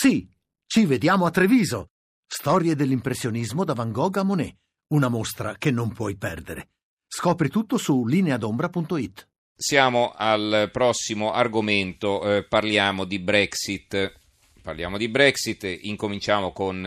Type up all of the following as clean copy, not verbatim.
Sì, ci vediamo a Treviso. Storie dell'impressionismo da Van Gogh a Monet. Una mostra che non puoi perdere. Scopri tutto su lineadombra.it. Siamo al prossimo argomento, parliamo di Brexit. Incominciamo con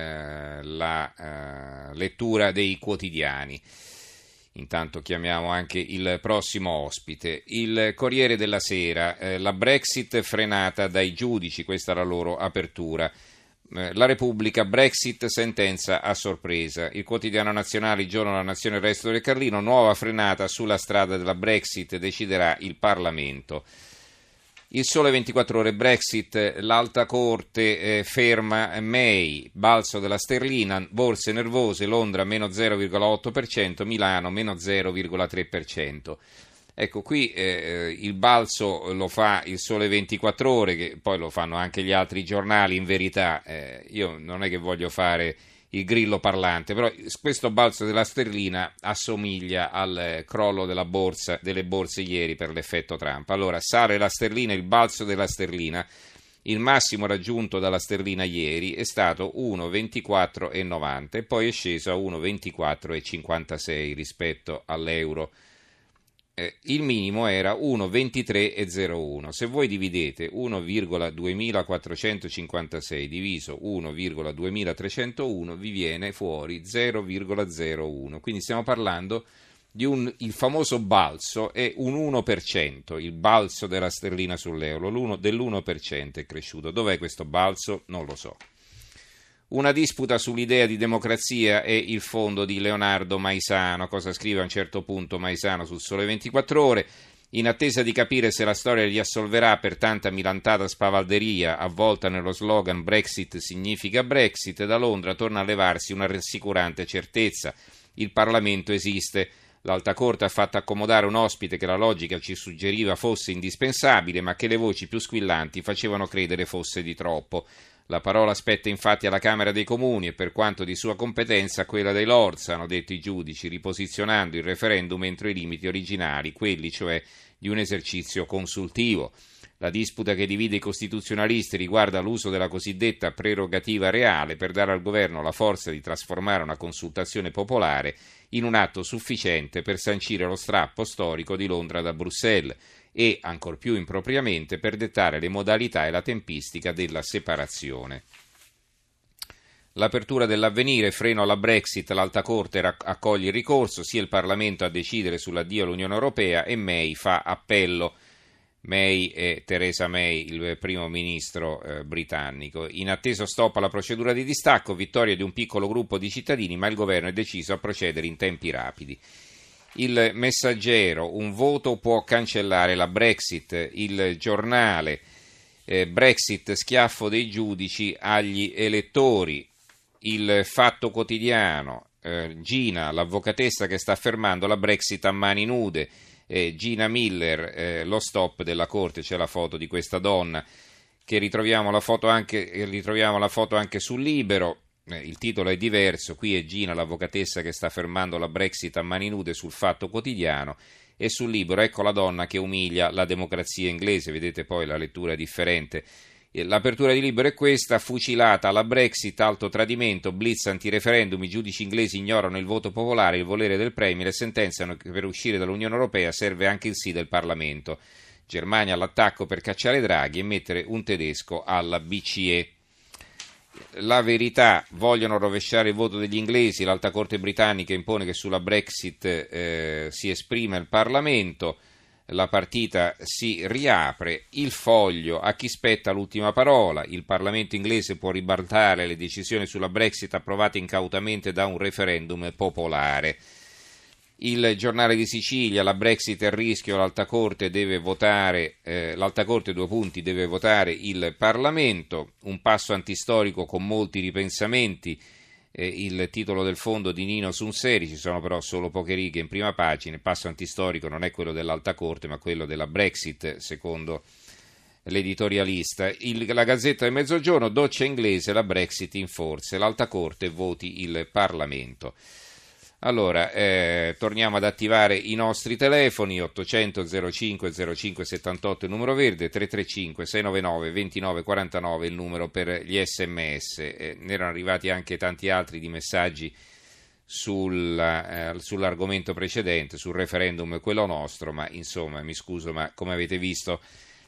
la lettura dei quotidiani. Intanto chiamiamo anche il prossimo ospite. Il Corriere della Sera, la Brexit frenata dai giudici, questa è la loro apertura. La Repubblica, Brexit, sentenza a sorpresa. Il Quotidiano Nazionale, Il Giorno, La Nazione, Il Resto del Carlino, nuova frenata sulla strada della Brexit, deciderà il Parlamento. Il Sole 24 Ore, Brexit, l'Alta Corte ferma May, balzo della sterlina, borse nervose, Londra meno 0,8%, Milano meno 0,3%. Ecco, qui il balzo lo fa il Sole 24 Ore, che poi lo fanno anche gli altri giornali, in verità. Io non è che voglio fare il grillo parlante, però questo balzo della sterlina assomiglia al crollo delle borse ieri per l'effetto Trump. Allora, sale la sterlina, il balzo della sterlina, il massimo raggiunto dalla sterlina ieri è stato 1,24,90 e poi è sceso a 1,24,56 rispetto all'euro. Il minimo era 1,23,01. Se voi dividete 1,2456 diviso 1,2301 vi viene fuori 0,01. Quindi stiamo parlando di il famoso balzo è un 1%, il balzo della sterlina sull'euro, dell'1% è cresciuto. Dov'è questo balzo? Non lo so. Una disputa sull'idea di democrazia e il fondo di Leonardo Maisano. Cosa scrive a un certo punto Maisano sul Sole 24 Ore? In attesa di capire se la storia li assolverà per tanta milantata spavalderia avvolta nello slogan Brexit significa Brexit, da Londra torna a levarsi una rassicurante certezza. Il Parlamento esiste. L'Alta Corte ha fatto accomodare un ospite che la logica ci suggeriva fosse indispensabile, ma che le voci più squillanti facevano credere fosse di troppo. La parola spetta infatti alla Camera dei Comuni e per quanto di sua competenza quella dei Lords, hanno detto i giudici, riposizionando il referendum entro i limiti originali, quelli cioè di un esercizio consultivo. La disputa che divide i costituzionalisti riguarda l'uso della cosiddetta prerogativa reale per dare al governo la forza di trasformare una consultazione popolare in un atto sufficiente per sancire lo strappo storico di Londra da Bruxelles e, ancor più impropriamente, per dettare le modalità e la tempistica della separazione. L'apertura dell'Avvenire, freno alla Brexit, l'Alta Corte accoglie il ricorso, sia il Parlamento a decidere sull'addio all'Unione Europea e May fa appello. May è Theresa May, il primo ministro britannico. In atteso stop alla procedura di distacco, vittoria di un piccolo gruppo di cittadini, ma il governo è deciso a procedere in tempi rapidi. Il Messaggero, un voto può cancellare la Brexit. Il Giornale, Brexit, schiaffo dei giudici agli elettori. Il Fatto Quotidiano, Gina, l'avvocatessa che sta fermando la Brexit a mani nude. Gina Miller, lo stop della Corte, c'è la foto di questa donna che ritroviamo la foto anche sul Libero. Il titolo è diverso, qui è Gina, l'avvocatessa che sta fermando la Brexit a mani nude sul Fatto Quotidiano, e sul Libero ecco la donna che umilia la democrazia inglese, vedete poi la lettura è differente. L'apertura di Libero è questa: fucilata la Brexit, alto tradimento, blitz antireferendum, i giudici inglesi ignorano il voto popolare, il volere del Premier e sentenziano che per uscire dall'Unione Europea serve anche il sì del Parlamento. Germania all'attacco per cacciare Draghi e mettere un tedesco alla BCE. La Verità, vogliono rovesciare il voto degli inglesi, l'Alta Corte britannica impone che sulla Brexit si esprima il Parlamento, la partita si riapre. Il Foglio, a chi spetta l'ultima parola, il Parlamento inglese può ribaltare le decisioni sulla Brexit approvate incautamente da un referendum popolare. Il Giornale di Sicilia, la Brexit è a rischio, l'Alta Corte deve votare, deve votare il Parlamento, un passo antistorico con molti ripensamenti, il titolo del fondo di Nino Sunseri, ci sono però solo poche righe in prima pagina. Il passo antistorico non è quello dell'Alta Corte ma quello della Brexit, secondo l'editorialista. La Gazzetta del Mezzogiorno, doccia inglese, la Brexit in forze, l'Alta Corte voti il Parlamento. Allora, torniamo ad attivare i nostri telefoni, 800 05 05 78 il numero verde, 335 699 29 49 il numero per gli SMS. Ne erano arrivati anche tanti altri di messaggi sull'argomento precedente, sul referendum quello nostro, ma insomma mi scuso, ma come avete visto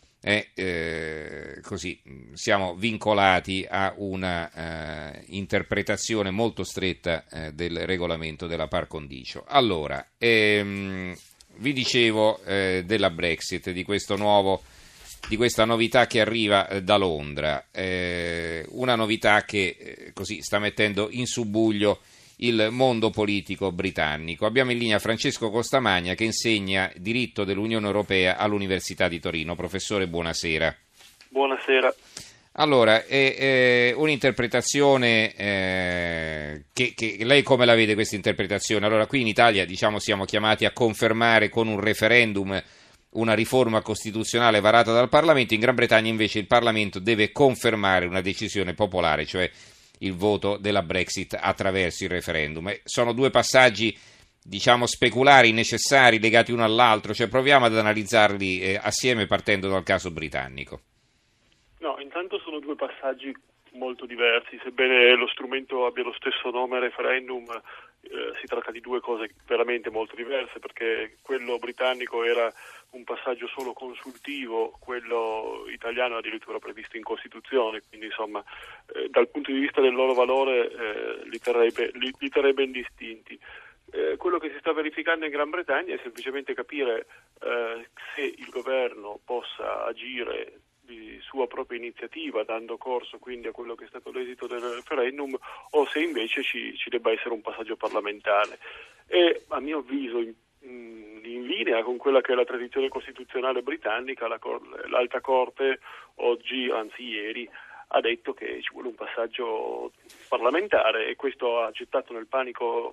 così siamo vincolati a una interpretazione molto stretta del regolamento della par condicio. Allora, vi dicevo della Brexit, di questa novità che arriva da Londra, una novità che così sta mettendo in subbuglio il mondo politico britannico. Abbiamo in linea Francesco Costamagna che insegna diritto dell'Unione Europea all'Università di Torino. Professore, buonasera. Buonasera. Allora, un'interpretazione che lei come la vede questa interpretazione? Allora, qui in Italia siamo chiamati a confermare con un referendum una riforma costituzionale varata dal Parlamento. In Gran Bretagna invece il Parlamento deve confermare una decisione popolare, cioè il voto della Brexit attraverso il referendum. Sono due passaggi, speculari, necessari, legati uno all'altro, cioè proviamo ad analizzarli assieme partendo dal caso britannico. No, intanto sono due passaggi molto diversi, sebbene lo strumento abbia lo stesso nome referendum, si tratta di due cose veramente molto diverse, perché quello britannico era un passaggio solo consultivo, quello italiano è addirittura previsto in Costituzione, quindi insomma dal punto di vista del loro valore li terrei ben distinti. Quello che si sta verificando in Gran Bretagna è semplicemente capire se il governo possa agire di sua propria iniziativa, dando corso quindi a quello che è stato l'esito del referendum, o se invece ci debba essere un passaggio parlamentare. E a mio avviso in linea con quella che è la tradizione costituzionale britannica, l'Alta Corte oggi, anzi ieri, ha detto che ci vuole un passaggio parlamentare, e questo ha gettato nel panico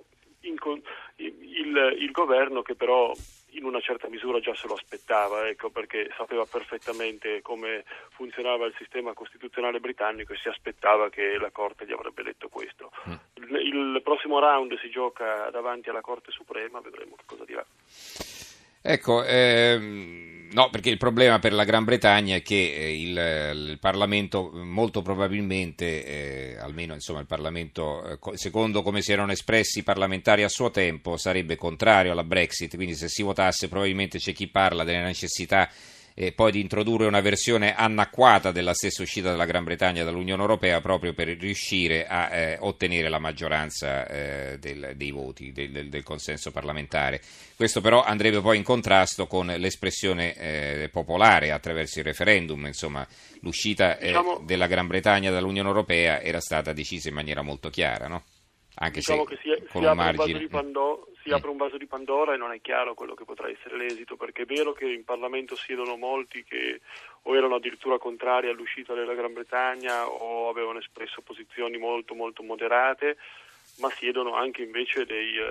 il governo, che però in una certa misura già se lo aspettava, perché sapeva perfettamente come funzionava il sistema costituzionale britannico e si aspettava che la Corte gli avrebbe detto questo. Il prossimo round si gioca davanti alla Corte Suprema, vedremo che cosa dirà. Ecco, no, perché il problema per la Gran Bretagna è che il Parlamento molto probabilmente, almeno insomma il Parlamento, secondo come si erano espressi i parlamentari a suo tempo, sarebbe contrario alla Brexit, quindi se si votasse probabilmente c'è chi parla della necessità poi di introdurre una versione annacquata della stessa uscita della Gran Bretagna dall'Unione Europea, proprio per riuscire a ottenere la maggioranza dei voti, del consenso parlamentare. Questo però andrebbe poi in contrasto con l'espressione popolare attraverso il referendum. Insomma, l'uscita della Gran Bretagna dall'Unione Europea era stata decisa in maniera molto chiara, no? Anche se con un margine. Si apre un vaso di Pandora e non è chiaro quello che potrà essere l'esito, perché è vero che in Parlamento siedono molti che o erano addirittura contrari all'uscita della Gran Bretagna o avevano espresso posizioni molto molto moderate, ma siedono anche invece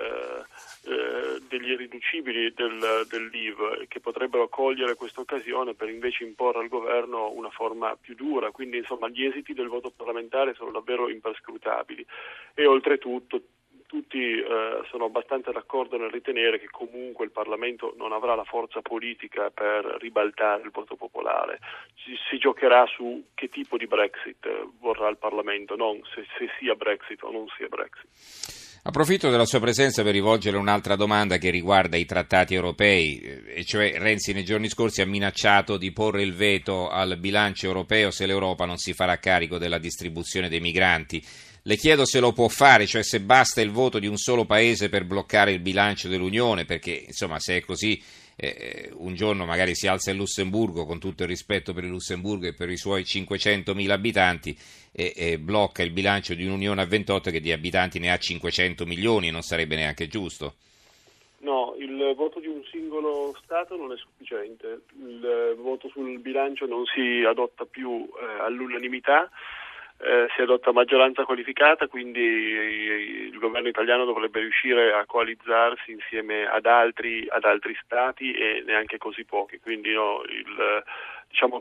degli irriducibili del Leave, che potrebbero cogliere questa occasione per invece imporre al governo una forma più dura. Quindi insomma gli esiti del voto parlamentare sono davvero imperscrutabili, e oltretutto tutti sono abbastanza d'accordo nel ritenere che comunque il Parlamento non avrà la forza politica per ribaltare il voto popolare. Si giocherà su che tipo di Brexit vorrà il Parlamento, non se sia Brexit o non sia Brexit. Approfitto della sua presenza per rivolgere un'altra domanda che riguarda i trattati europei, e cioè Renzi nei giorni scorsi ha minacciato di porre il veto al bilancio europeo se l'Europa non si farà carico della distribuzione dei migranti. Le chiedo se lo può fare, cioè se basta il voto di un solo paese per bloccare il bilancio dell'Unione, perché insomma se è così un giorno magari si alza il Lussemburgo, con tutto il rispetto per il Lussemburgo e per i suoi 500.000 abitanti, e blocca il bilancio di un'Unione a 28 che di abitanti ne ha 500 milioni, non sarebbe neanche giusto. No, il voto di un singolo Stato non è sufficiente, il voto sul bilancio non si adotta più all'unanimità. Si adotta maggioranza qualificata, quindi il governo italiano dovrebbe riuscire a coalizzarsi insieme ad altri stati, e neanche così pochi, quindi no, diciamo che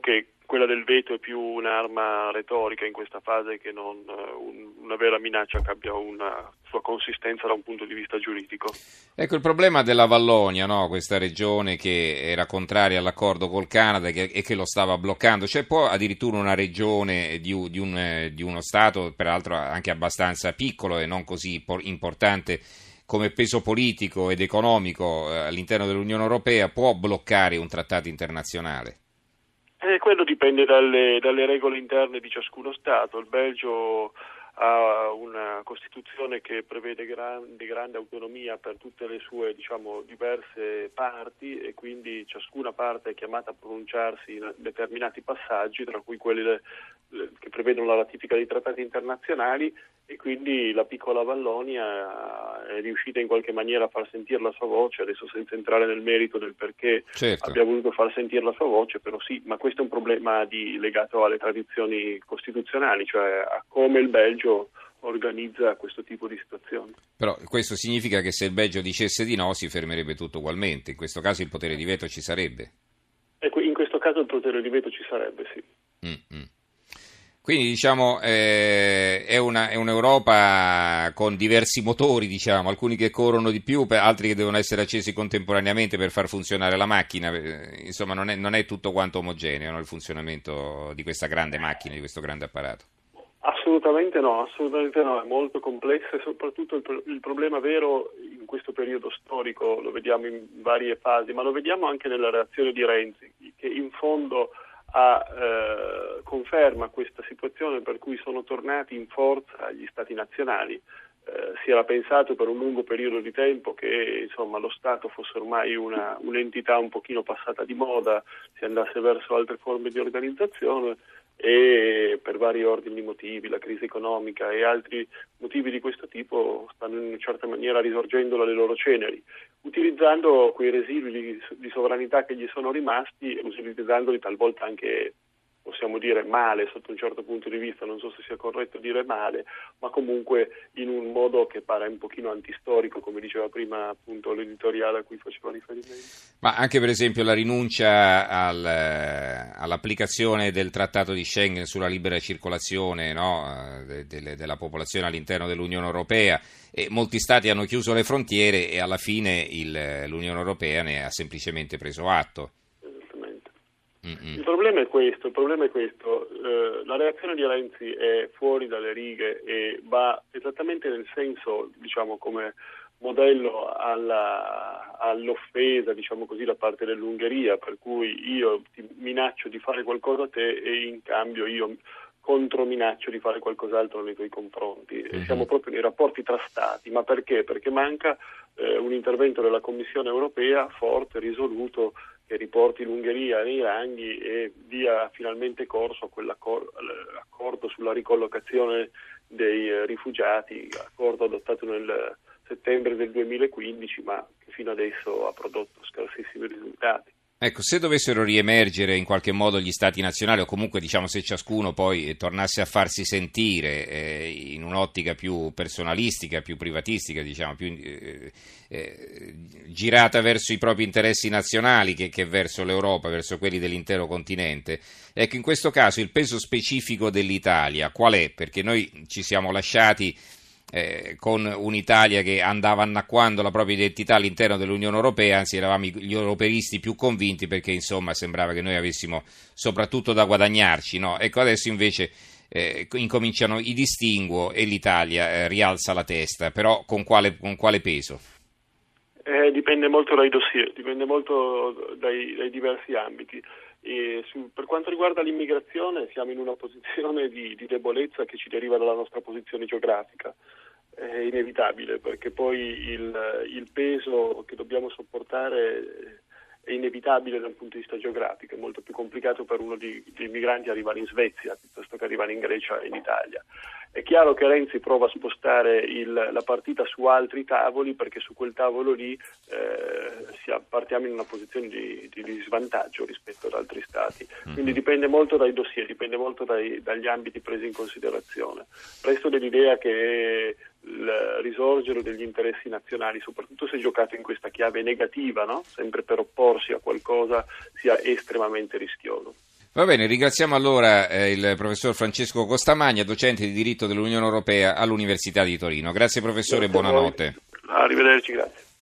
quella del veto è più un'arma retorica in questa fase che non una vera minaccia che abbia una sua consistenza da un punto di vista giuridico. Ecco il problema della Vallonia, no? Questa regione che era contraria all'accordo col Canada e che lo stava bloccando. C'è poi addirittura una regione di uno Stato, peraltro anche abbastanza piccolo e non così importante come peso politico ed economico all'interno dell'Unione Europea, può bloccare un trattato internazionale? Quello dipende dalle regole interne di ciascuno Stato. Il Belgio ha una Costituzione che prevede grande autonomia per tutte le sue, diverse parti, e quindi ciascuna parte è chiamata a pronunciarsi in determinati passaggi, tra cui quelli che prevedono la ratifica dei trattati internazionali, e quindi la piccola Vallonia è riuscita in qualche maniera a far sentire la sua voce, adesso senza entrare nel merito del perché abbia voluto far sentire la sua voce, però sì, ma questo è un problema legato alle tradizioni costituzionali, cioè a come il Belgio organizza questo tipo di situazioni. Però questo significa che se il Belgio dicesse di no si fermerebbe tutto ugualmente, in questo caso il potere di veto ci sarebbe? In questo caso il potere di veto ci sarebbe, sì. Quindi è un'Europa con diversi motori, alcuni che corrono di più, altri che devono essere accesi contemporaneamente per far funzionare la macchina, insomma non è tutto quanto omogeneo, no, il funzionamento di questa grande macchina, di questo grande apparato. Assolutamente no, è molto complesso, e soprattutto il problema vero in questo periodo storico lo vediamo in varie fasi, ma lo vediamo anche nella reazione di Renzi, che in fondo conferma questa situazione per cui sono tornati in forza gli Stati nazionali. Si era pensato per un lungo periodo di tempo che lo Stato fosse ormai un'entità un pochino passata di moda, si andasse verso altre forme di organizzazione, e per vari ordini di motivi, la crisi economica e altri motivi di questo tipo, stanno in una certa maniera risorgendo dalle loro ceneri, utilizzando quei residui di sovranità che gli sono rimasti e utilizzandoli talvolta anche, possiamo dire, male sotto un certo punto di vista, non so se sia corretto dire male, ma comunque in un modo che pare un pochino antistorico, come diceva prima appunto l'editoriale a cui faceva riferimento. Ma anche per esempio la rinuncia all'applicazione del trattato di Schengen sulla libera circolazione, no, della popolazione all'interno dell'Unione Europea, e molti stati hanno chiuso le frontiere e alla fine l'Unione Europea ne ha semplicemente preso atto. Il problema è questo, la reazione di Renzi è fuori dalle righe e va esattamente nel senso, come modello all'offesa, da parte dell'Ungheria, per cui io ti minaccio di fare qualcosa a te e in cambio io controminaccio di fare qualcos'altro nei tuoi confronti. Siamo proprio nei rapporti tra stati, ma perché? Perché manca un intervento della Commissione europea forte, risoluto, che riporti l'Ungheria nei ranghi e dia finalmente corso a quell'accordo sulla ricollocazione dei rifugiati, accordo adottato nel settembre del 2015, ma che fino adesso ha prodotto scarsissimi risultati. Ecco, se dovessero riemergere in qualche modo gli stati nazionali, o comunque se ciascuno poi tornasse a farsi sentire in un'ottica più personalistica, più privatistica, più girata verso i propri interessi nazionali che verso l'Europa, verso quelli dell'intero continente, ecco, in questo caso il peso specifico dell'Italia qual è? Perché noi ci siamo lasciati con un'Italia che andava annacquando la propria identità all'interno dell'Unione Europea, anzi eravamo gli europeisti più convinti perché sembrava che noi avessimo soprattutto da guadagnarci, no? Ecco, adesso invece incominciano i distinguo e l'Italia rialza la testa, però con quale peso? Dipende molto dai dossier, dipende molto dai diversi ambiti. Per quanto riguarda l'immigrazione siamo in una posizione di debolezza che ci deriva dalla nostra posizione geografica. È inevitabile, perché poi il peso che dobbiamo sopportare è inevitabile dal punto di vista geografico, è molto più complicato per uno dei migranti arrivare in Svezia piuttosto che arrivare in Grecia e in Italia. È chiaro che Renzi prova a spostare la partita su altri tavoli, perché su quel tavolo lì partiamo in una posizione di svantaggio rispetto ad altri stati. Quindi dipende molto dai dossier, dipende molto dagli ambiti presi in considerazione. Resto dell'idea che il risorgere degli interessi nazionali, soprattutto se giocato in questa chiave negativa, no? Sempre per opporsi a qualcosa, sia estremamente rischioso. Va bene, ringraziamo allora il professor Francesco Costamagna, docente di diritto dell'Unione Europea all'Università di Torino. Grazie professore, buonanotte. Arrivederci, grazie.